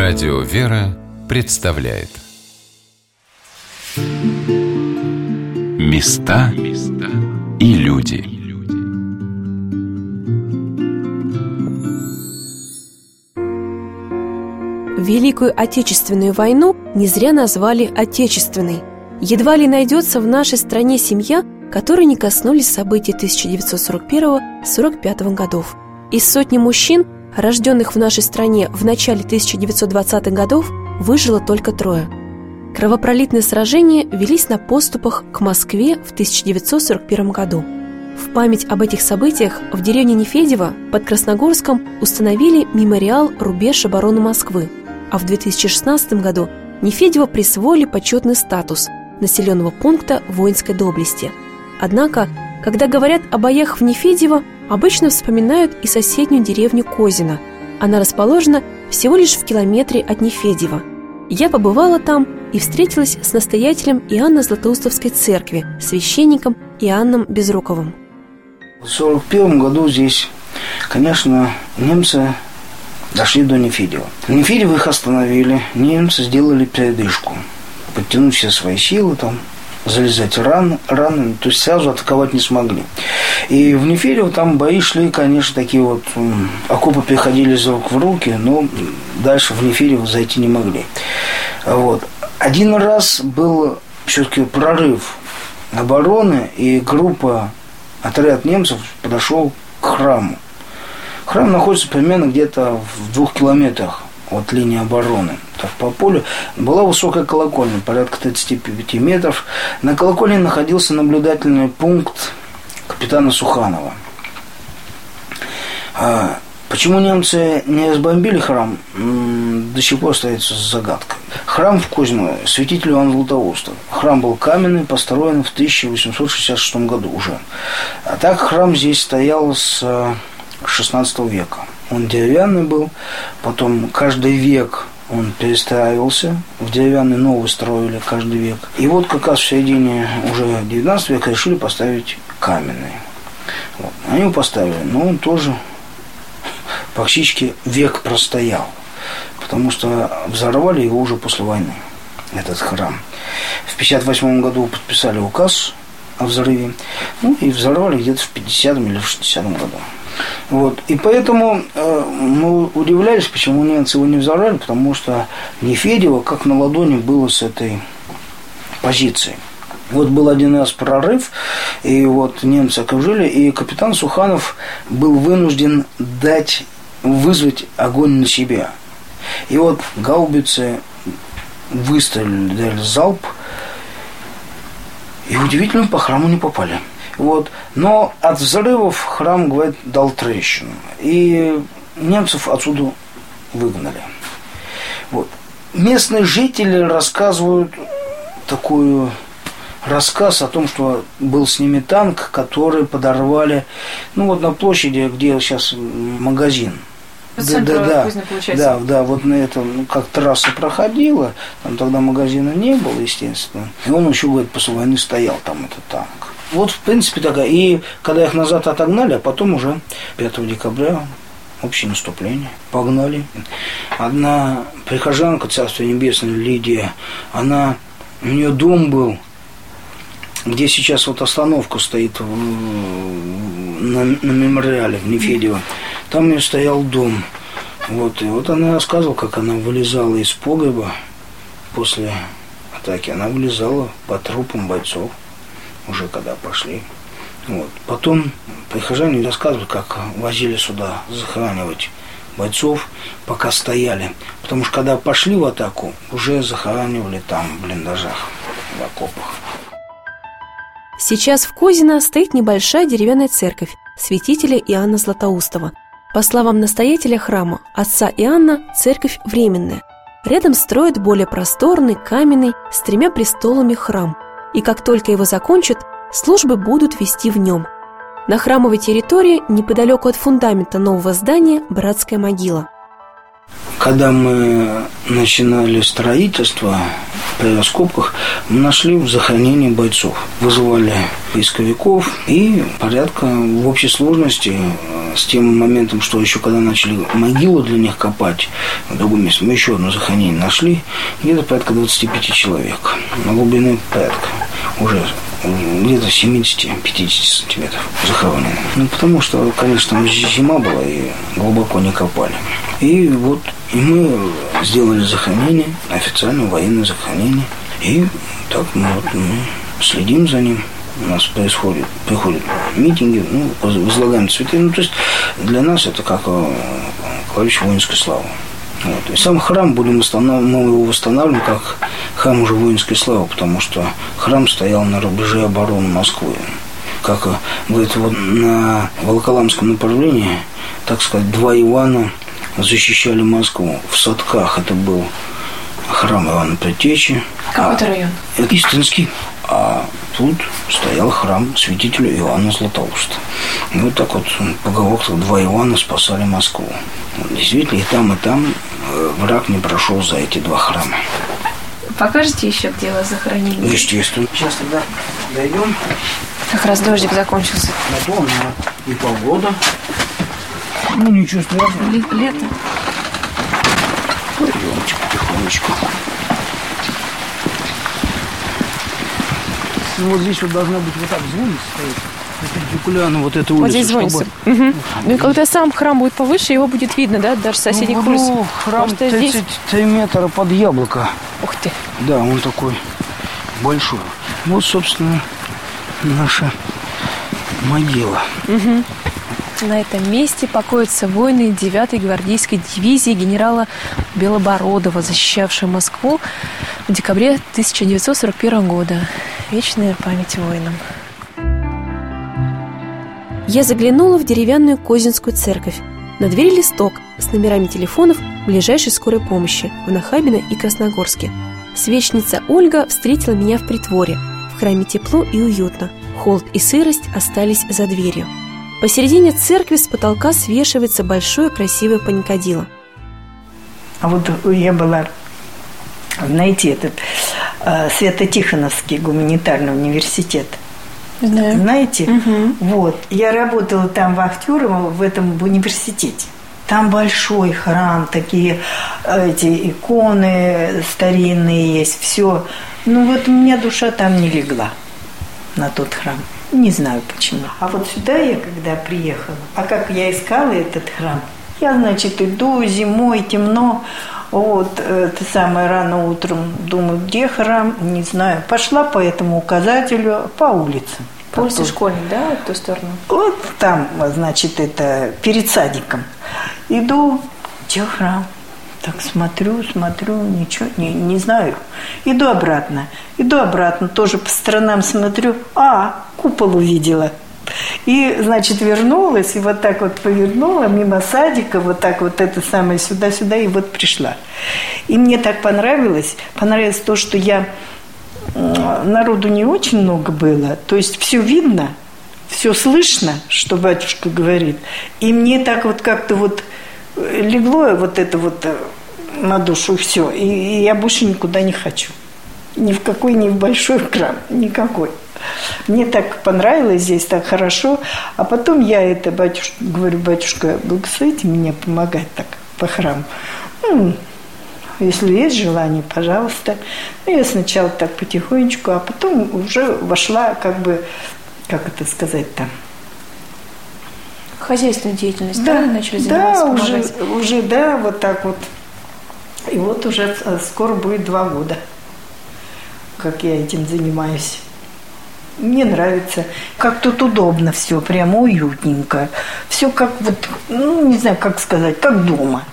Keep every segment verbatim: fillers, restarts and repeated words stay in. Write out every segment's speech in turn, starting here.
Радио «Вера» представляет Места и люди. Великую Отечественную войну не зря назвали Отечественной. Едва ли найдется в нашей стране семья, которой не коснулись событий тысяча девятьсот сорок первого — сорок пятого годов. Из сотни мужчин, рожденных в нашей стране в начале тысяча девятьсот двадцатых годов, выжило только трое. Кровопролитные сражения велись на подступах к Москве в тысяча девятьсот сорок первом году. В память об этих событиях в деревне Нефедьево под Красногорском установили мемориал «Рубеж обороны Москвы», а в две тысячи шестнадцатом году Нефедьево присвоили почетный статус населенного пункта воинской доблести. Однако, когда говорят о боях в Нефедьево, обычно вспоминают и соседнюю деревню Козино. Она расположена всего лишь в километре от Нефедьева. Я побывала там и встретилась с настоятелем Иоанно-Златоустовской церкви, священником Иоанном Безруковым. В сорок первом году здесь, конечно, немцы дошли до Нефедьева. В Нефедьево их остановили, немцы сделали передышку, подтянуть все свои силы там, залезать ран, раны, то есть сразу атаковать не смогли. И в Нефедьево там бои шли, конечно, такие вот, окопы переходили из рук в руки, но дальше в Нефедьево зайти не могли. Вот. Один раз был все-таки прорыв обороны, и группа, отряд немцев подошел к храму. Храм находится примерно где-то в двух километрах от линии обороны. Так, по полю была высокая колокольня, порядка тридцати пяти метров. На колокольне находился наблюдательный пункт капитана Суханова. А почему немцы не разбомбили храм, до сих пор остается загадкой. Храм в Козино святитель Иоанн Златоустов. Храм был каменный, построен в тысяча восемьсот шестьдесят шестом году уже. А так храм здесь стоял с шестнадцатого века. Он деревянный был, потом каждый век он перестраивался, в деревянный новый строили каждый век. И вот как раз в середине уже девятнадцатого века решили поставить каменный. Вот. Они его поставили, но он тоже практически век простоял, потому что взорвали его уже после войны, этот храм. В пятьдесят восьмом году подписали указ о взрыве, ну и взорвали где-то в пятидесятом или в шестидесятом году. Вот. И поэтому э, мы удивлялись, почему немцы его не взорвали, потому что Нефедьево как на ладони было с этой позиции. Вот был один раз прорыв, и вот немцы окружили, и капитан Суханов был вынужден дать, вызвать огонь на себя. И вот гаубицы выстрелили, дали залп, и удивительно, по храму не попали. Вот. Но от взрывов храм, говорит, дал трещину. И немцев отсюда выгнали. Вот. Местные жители рассказывают такой рассказ о том, что был с ними танк, который подорвали, ну вот на площади, где сейчас магазин. Да, да, да, да, да, вот на этом, ну, как трасса проходила, там тогда магазина не было, естественно. И он еще, говорит, после войны стоял там, этот танк. Вот, в принципе, такая. И когда их назад отогнали, а потом уже пятого декабря общее наступление. Погнали. Одна прихожанка, Царство Небесное, Лидия, она, у нее дом был, где сейчас вот остановка стоит в, на, на мемориале в Нефедьево. Там у нее стоял дом. Вот, и вот она рассказывала, как она вылезала из погреба после атаки. Она вылезала по трупам бойцов, уже когда пошли. Вот. Потом прихожане рассказывали, как возили сюда захоранивать бойцов, пока стояли. Потому что когда пошли в атаку, уже захоранивали там в блиндажах, в окопах. Сейчас в Козино стоит небольшая деревянная церковь святителя Иоанна Златоустова. По словам настоятеля храма, отца Иоанна, церковь временная. Рядом строят более просторный, каменный, с тремя престолами храм. И как только его закончат, службы будут вести в нем. На храмовой территории, неподалеку от фундамента нового здания, братская могила. Когда мы начинали строительство, при раскопках, мы нашли в захоронении бойцов. Вызывали поисковиков, и порядка в общей сложности с тем моментом, что еще когда начали могилу для них копать в другом месте, мы еще одно захоронение нашли, где-то порядка двадцать пять человек. На глубине порядка уже где-то семьдесят-пятьдесят сантиметров захоронены. Ну, потому что, конечно, зима была и глубоко не копали. И вот и мы сделали захоронение, официальное военное захоронение. И так мы, вот, мы следим за ним. У нас происходит, приходят митинги, ну, возлагаем цветы. Ну, то есть для нас это как кладбище воинской славы. Вот. И сам храм будем восстанавливать, мы его восстанавливаем как храм уже воинской славы, потому что храм стоял на рубеже обороны Москвы. Как говорит, вот на Волоколамском направлении, так сказать, два Ивана защищали Москву. В Садках это был храм Ивана Предтечи. Какой-то район? Это Истринский. А тут стоял храм святителя Иоанна Златоуста. И вот так вот поговорка, два Ивана спасали Москву. Действительно, и там, и там враг не прошел за эти два храма. Покажете еще, где вас захоронили? Естественно. Сейчас тогда дойдем. Как раз дождик закончился. На то у меня и погода. Ну, ничего страшного. Лето. Пойдемте потихонечку. Ну, вот здесь вот должна быть вот так звонить стоит. Перпендикулярно вот эта улица. Вот здесь звонится. Чтобы... Угу. Ну и когда сам храм будет повыше, его будет видно, да, даже с соседних улиц. Ну, храм тридцать три метра под яблоко. Ух ты. Да, он такой большой. Вот, собственно, наша могила. Угу. На этом месте покоятся воины девятой гвардейской дивизии генерала Белобородова, защищавшие Москву в декабре тысяча девятьсот сорок первого года. Вечная память воинам. Я заглянула в деревянную Козинскую церковь. На двери листок с номерами телефонов ближайшей скорой помощи в Нахабино и Красногорске. Свечница Ольга встретила меня в притворе. В храме тепло и уютно. Холод и сырость остались за дверью. Посередине церкви с потолка свешивается большое красивое паникадило. А вот я была, знаете, этот э, Свято-Тихоновский гуманитарный университет. Знаю. Знаете? Угу. Вот. Я работала там вахтером в этом в университете. Там большой храм, такие эти иконы старинные есть, все. Ну вот у меня душа там не легла на тот храм. Не знаю почему. А вот сюда я когда приехала, а как я искала этот храм, я, значит, иду зимой, темно, вот, это самое, рано утром, думаю, где храм, не знаю. Пошла по этому указателю по улице. По улице Школьной, да, в ту сторону? Вот там, значит, это перед садиком. Иду, где храм? Так смотрю, смотрю, ничего, не, не знаю. Иду обратно, иду обратно, тоже по сторонам смотрю. А, купол увидела. И, значит, вернулась, и вот так вот повернула мимо садика, вот так вот это самое сюда-сюда, и вот пришла. И мне так понравилось, понравилось то, что я, народу не очень много было, то есть все видно, все слышно, что батюшка говорит. И мне так вот как-то вот легло вот это вот на душу все, и, и я больше никуда не хочу. Ни в какой, ни в большой храм, никакой. Мне так понравилось здесь, так хорошо. А потом я это, батюшка, говорю, батюшка, благословите меня помогать так по храму. Ну, если есть желание, пожалуйста. Ну, я сначала так потихонечку, а потом уже вошла, как бы, как это сказать-то, хозяйственную деятельность, да, да, начали заниматься, да, уже, помогать? уже, да, вот так вот. И вот уже скоро будет два года, как я этим занимаюсь. Мне нравится, как тут удобно все, прямо уютненько. Все как вот, ну, не знаю, как сказать, как дома.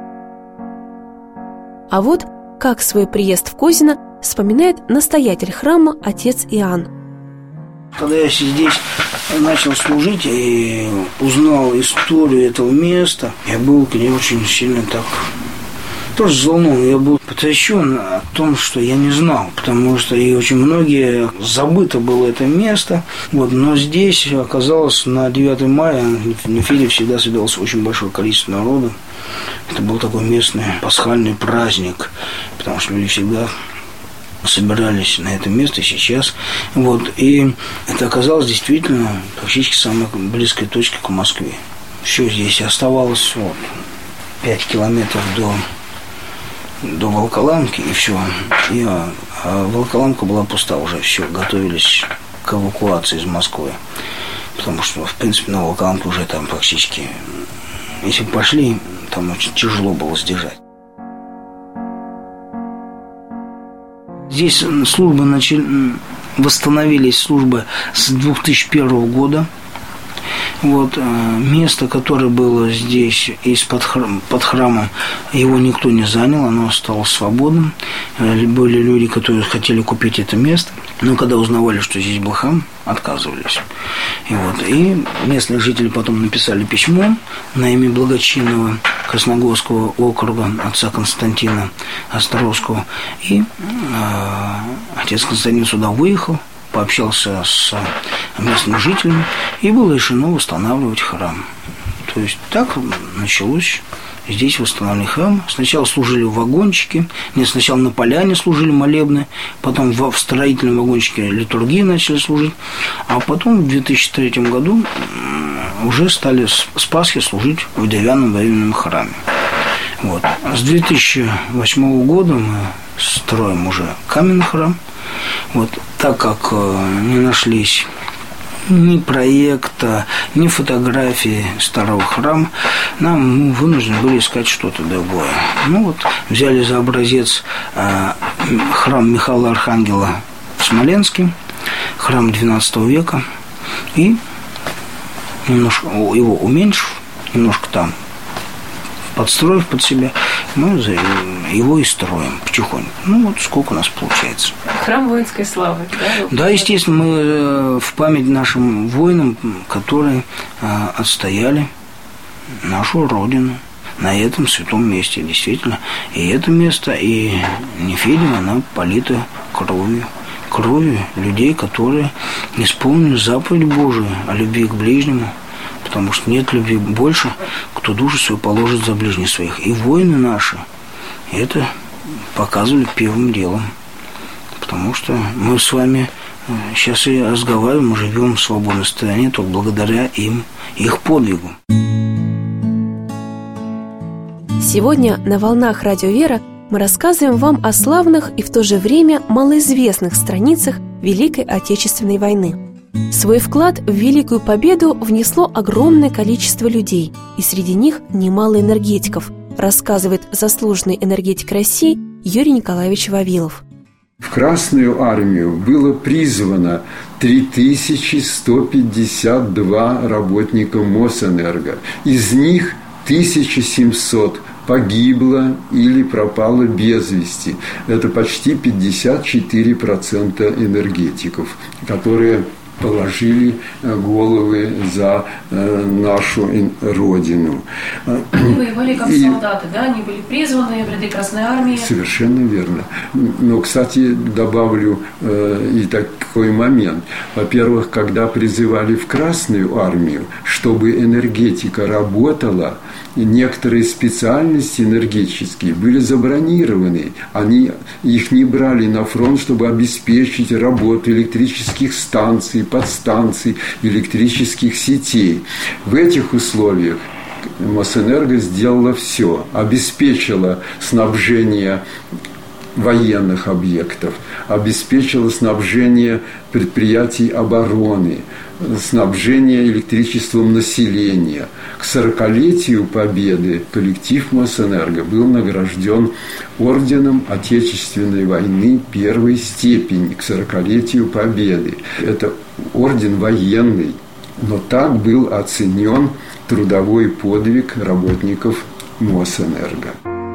А вот как свой приезд в Козино вспоминает настоятель храма отец Иоанн. Когда я здесь начал служить и узнал историю этого места, я был к ней очень сильно так тоже взволнован. Я был потрясен о том, что я не знал, потому что и очень многие забыто было это место. Вот, но здесь оказалось на девятое мая на Филе всегда собиралось очень большое количество народа. Это был такой местный пасхальный праздник, потому что люди всегда собирались на это место сейчас. Вот, и это оказалось действительно практически самой близкой точкой к Москве. Все здесь оставалось вот, пять километров до, до Волоколамки, и все. И, а, а Волоколамка была пуста уже, все, готовились к эвакуации из Москвы. Потому что, в принципе, на Волоколамку уже там практически, если пошли, там очень тяжело было сдержать. Здесь службы начали, восстановились службы с две тысячи первого года. Вот, место, которое было здесь из-под храм, под храмом, его никто не занял, оно осталось свободным. Были люди, которые хотели купить это место, но когда узнавали, что здесь был храм, отказывались. И, вот, и местные жители потом написали письмо на имя благочинного Красногорского округа отца Константина Островского. И э, отец Константин сюда выехал, пообщался с местными жителями, и было решено восстанавливать храм. То есть так началось здесь восстановление храма. Сначала служили в вагончике, нет, сначала на поляне служили молебны, потом в строительном вагончике литургии начали служить, а потом в две тысячи третьем году уже стали с Пасхи служить в деревянном временном храме. Вот. С две тысячи восьмого года мы строим уже каменный храм. Вот, так как э, не нашлись ни проекта, ни фотографии старого храма, нам ну, вынуждены были искать что-то другое. Ну вот, взяли за образец э, храм Михаила Архангела в Смоленске, храм двенадцатого века, и немножко его уменьшив, немножко там подстроив под себя, мы его и строим потихоньку. Ну, вот сколько у нас получается. Храм воинской славы, да? Да, естественно, мы в память нашим воинам, которые отстояли нашу Родину на этом святом месте, действительно. И это место, и Нефедим, она полита кровью. Кровью людей, которые исполнили заповедь Божию о любви к ближнему. Потому что нет любви больше, кто душу свою положит за ближних своих. И воины наши это показывали первым делом. Потому что мы с вами сейчас и разговариваем, мы живем в свободной стране только благодаря им, их подвигу. Сегодня на «Волнах Радио Вера» мы рассказываем вам о славных и в то же время малоизвестных страницах Великой Отечественной войны. Свой вклад в Великую Победу внесло огромное количество людей, и среди них немало энергетиков, рассказывает заслуженный энергетик России Юрий Николаевич Вавилов. В Красную армию было призвано три тысячи сто пятьдесят два работника Мосэнерго. Из них тысяча семьсот погибло или пропало без вести. Это почти пятьдесят четыре процента энергетиков, которые положили головы за нашу Родину. Они воевали как и... солдаты, да? Они были призваны в ряды Красной Армии. Совершенно верно. Но, кстати, добавлю и такой момент. Во-первых, когда призывали в Красную Армию, чтобы энергетика работала, некоторые специальности энергетические были забронированы. Они их не брали на фронт, чтобы обеспечить работу электрических станций, подстанций, электрических сетей. В этих условиях Мосэнерго сделала все, обеспечила снабжение военных объектов, обеспечила снабжение предприятий обороны, снабжение электричеством населения. К сорокалетию Победы коллектив Мосэнерго был награжден орденом Отечественной войны первой степени к сорокалетию Победы. Это орден военный, но так был оценен трудовой подвиг работников Мосэнерго.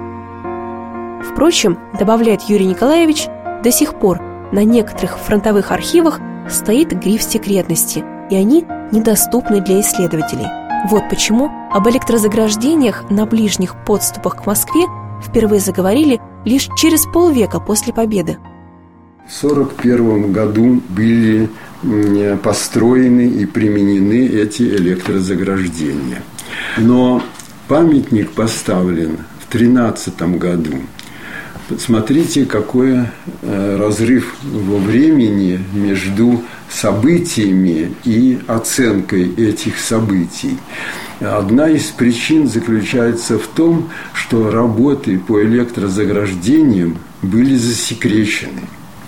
Впрочем, добавляет Юрий Николаевич, до сих пор на некоторых фронтовых архивах стоит гриф секретности, и они недоступны для исследователей. Вот почему об электрозаграждениях на ближних подступах к Москве впервые заговорили лишь через полвека после победы. В сорок первом году были построены и применены эти электрозаграждения. Но памятник поставлен в тринадцатом году. Смотрите, какой разрыв во времени между событиями и оценкой этих событий. Одна из причин заключается в том, что работы по электрозаграждениям были засекречены.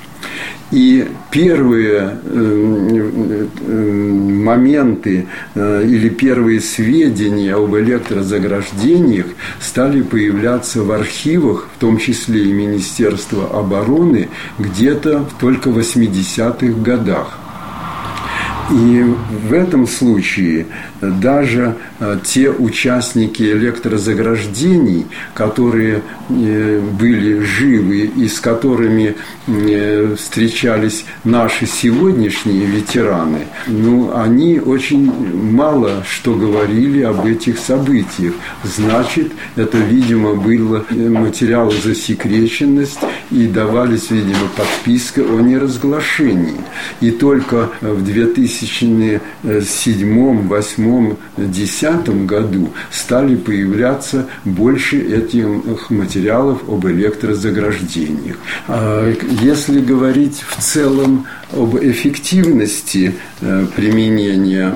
И первые э, э, моменты э, или первые сведения об электрозаграждениях стали появляться в архивах, в том числе и Министерства обороны, где-то только в восьмидесятых годах. И в этом случае даже те участники электрозаграждений, которые были живы и с которыми встречались наши сегодняшние ветераны, ну, они очень мало что говорили об этих событиях. Значит, это, видимо, было материал засекреченность и давались, видимо, подписка о неразглашении. И только в две тысячи седьмом, восьмом, десятом году стали появляться больше этих материалов об электрозаграждениях. Если говорить в целом об эффективности применения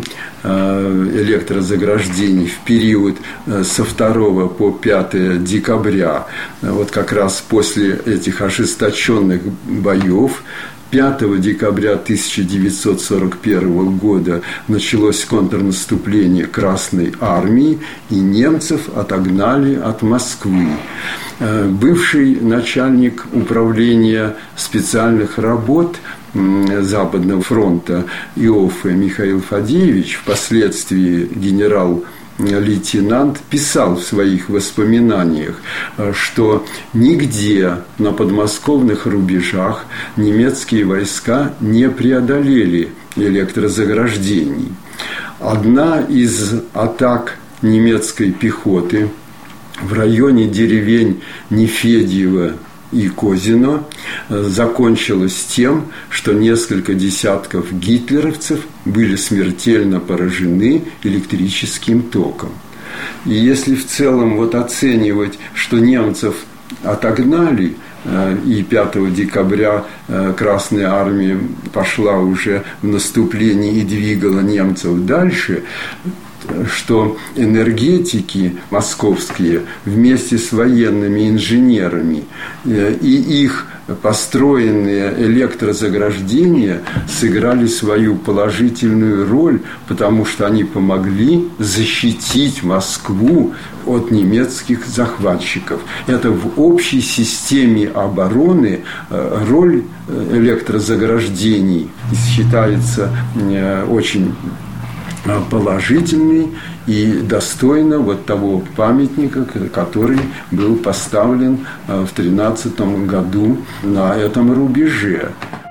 электрозаграждений в период со второго по пятое декабря, вот как раз после этих ожесточенных боев, пятого декабря тысяча девятьсот сорок первого года началось контрнаступление Красной Армии, и немцев отогнали от Москвы. Бывший начальник управления специальных работ Западного фронта Иоффе Михаил Фадеевич, впоследствии генерал лейтенант, писал в своих воспоминаниях, что нигде на подмосковных рубежах немецкие войска не преодолели электрозаграждений. Одна из атак немецкой пехоты в районе деревень Нефедьево и Козино закончилось тем, что несколько десятков гитлеровцев были смертельно поражены электрическим током. И если в целом вот оценивать, что немцев отогнали, и пятого декабря Красная Армия пошла уже в наступление и двигала немцев дальше, что энергетики московские вместе с военными инженерами и их построенные электрозаграждения сыграли свою положительную роль, потому что они помогли защитить Москву от немецких захватчиков. Это в общей системе обороны роль электрозаграждений считается очень положительный и достойно вот того памятника, который был поставлен в тринадцатом году на этом рубеже.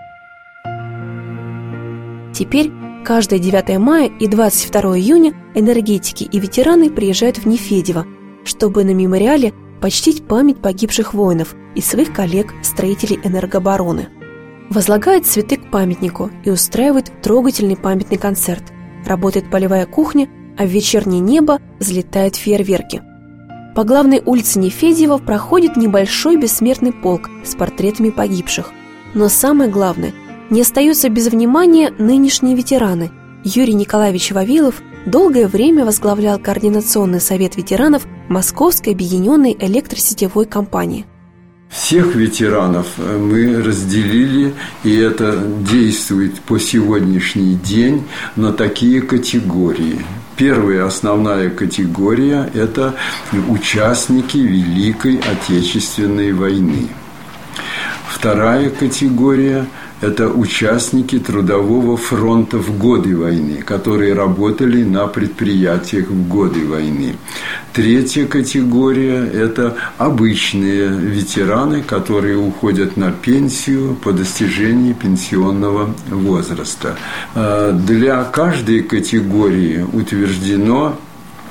Теперь каждое девятое мая и двадцать второго июня энергетики и ветераны приезжают в Нефедьево, чтобы на мемориале почтить память погибших воинов и своих коллег-строителей энергообороны. Возлагают цветы к памятнику и устраивают трогательный памятный концерт. Работает полевая кухня, а в вечернее небо взлетают фейерверки. По главной улице Нефедьево проходит небольшой бессмертный полк с портретами погибших. Но самое главное, не остаются без внимания нынешние ветераны. Юрий Николаевич Вавилов долгое время возглавлял Координационный совет ветеранов Московской объединенной электросетевой компании. Всех ветеранов мы разделили, и это действует по сегодняшний день, на такие категории. Первая основная категория – это участники Великой Отечественной войны. Вторая категория – это участники Трудового фронта в годы войны, которые работали на предприятиях в годы войны. Третья категория – это обычные ветераны, которые уходят на пенсию по достижении пенсионного возраста. Для каждой категории утверждено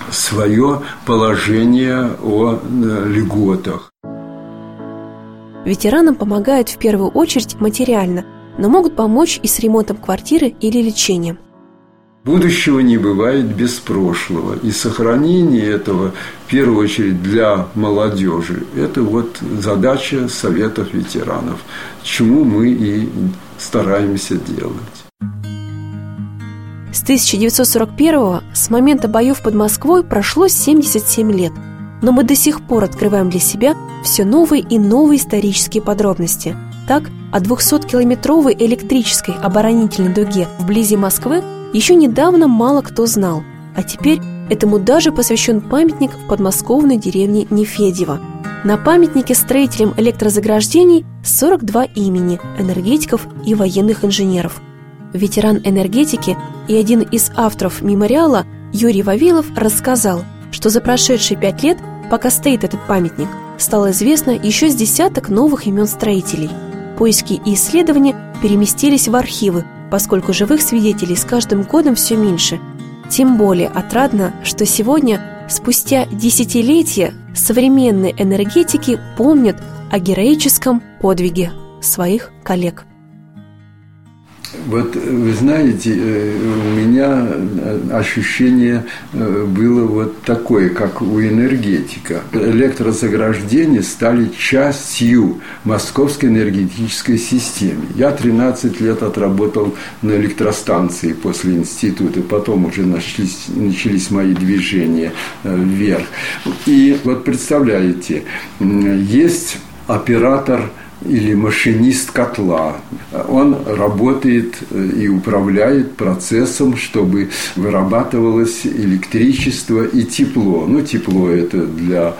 свое положение о льготах. Ветеранам помогают в первую очередь материально, но могут помочь и с ремонтом квартиры или лечением. Будущего не бывает без прошлого. И сохранение этого, в первую очередь, для молодежи, это вот задача Советов ветеранов, чему мы и стараемся делать. С тысяча девятьсот сорок первого, с момента боев под Москвой, прошло семьдесят семь лет. Но мы до сих пор открываем для себя все новые и новые исторические подробности. Так, о двухсоткилометровой электрической оборонительной дуге вблизи Москвы еще недавно мало кто знал, а теперь этому даже посвящен памятник в подмосковной деревне Нефедьево. На памятнике строителям электрозаграждений сорок два имени энергетиков и военных инженеров. Ветеран энергетики и один из авторов мемориала Юрий Вавилов рассказал, что за прошедшие пять лет, пока стоит этот памятник, стало известно еще с десяток новых имен строителей. Поиски и исследования переместились в архивы, поскольку живых свидетелей с каждым годом все меньше. Тем более отрадно, что сегодня, спустя десятилетия, современные энергетики помнят о героическом подвиге своих коллег. Вот вы знаете, у меня ощущение было вот такое, как у энергетика. Электрозаграждения стали частью московской энергетической системы. Я тринадцать лет отработал на электростанции после института, потом уже начались, начались мои движения вверх. И вот представляете, есть оператор или машинист котла. Он работает и управляет процессом, чтобы вырабатывалось электричество и тепло. Ну, тепло – это для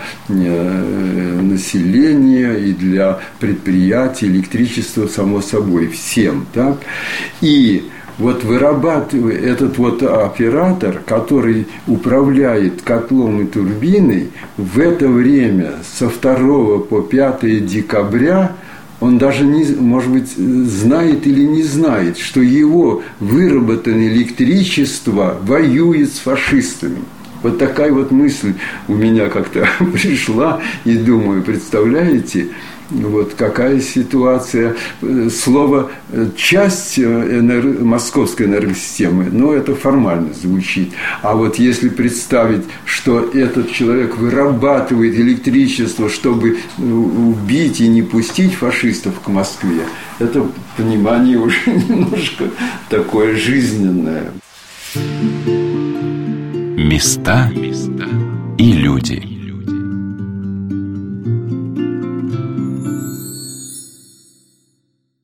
населения и для предприятий, электричество, само собой, всем. Так? И вот вырабатывает этот вот оператор, который управляет котлом и турбиной, в это время со второго по пятое декабря он даже, не, может быть, знает или не знает, что его выработанное электричество воюет с фашистами. Вот такая вот мысль у меня как-то пришла, и думаю, представляете, вот какая ситуация. Слово «часть энерго- московской энергосистемы», ну, это формально звучит. А вот если представить, что этот человек вырабатывает электричество, чтобы убить и не пустить фашистов к Москве, это понимание уже немножко такое жизненное. Места и люди.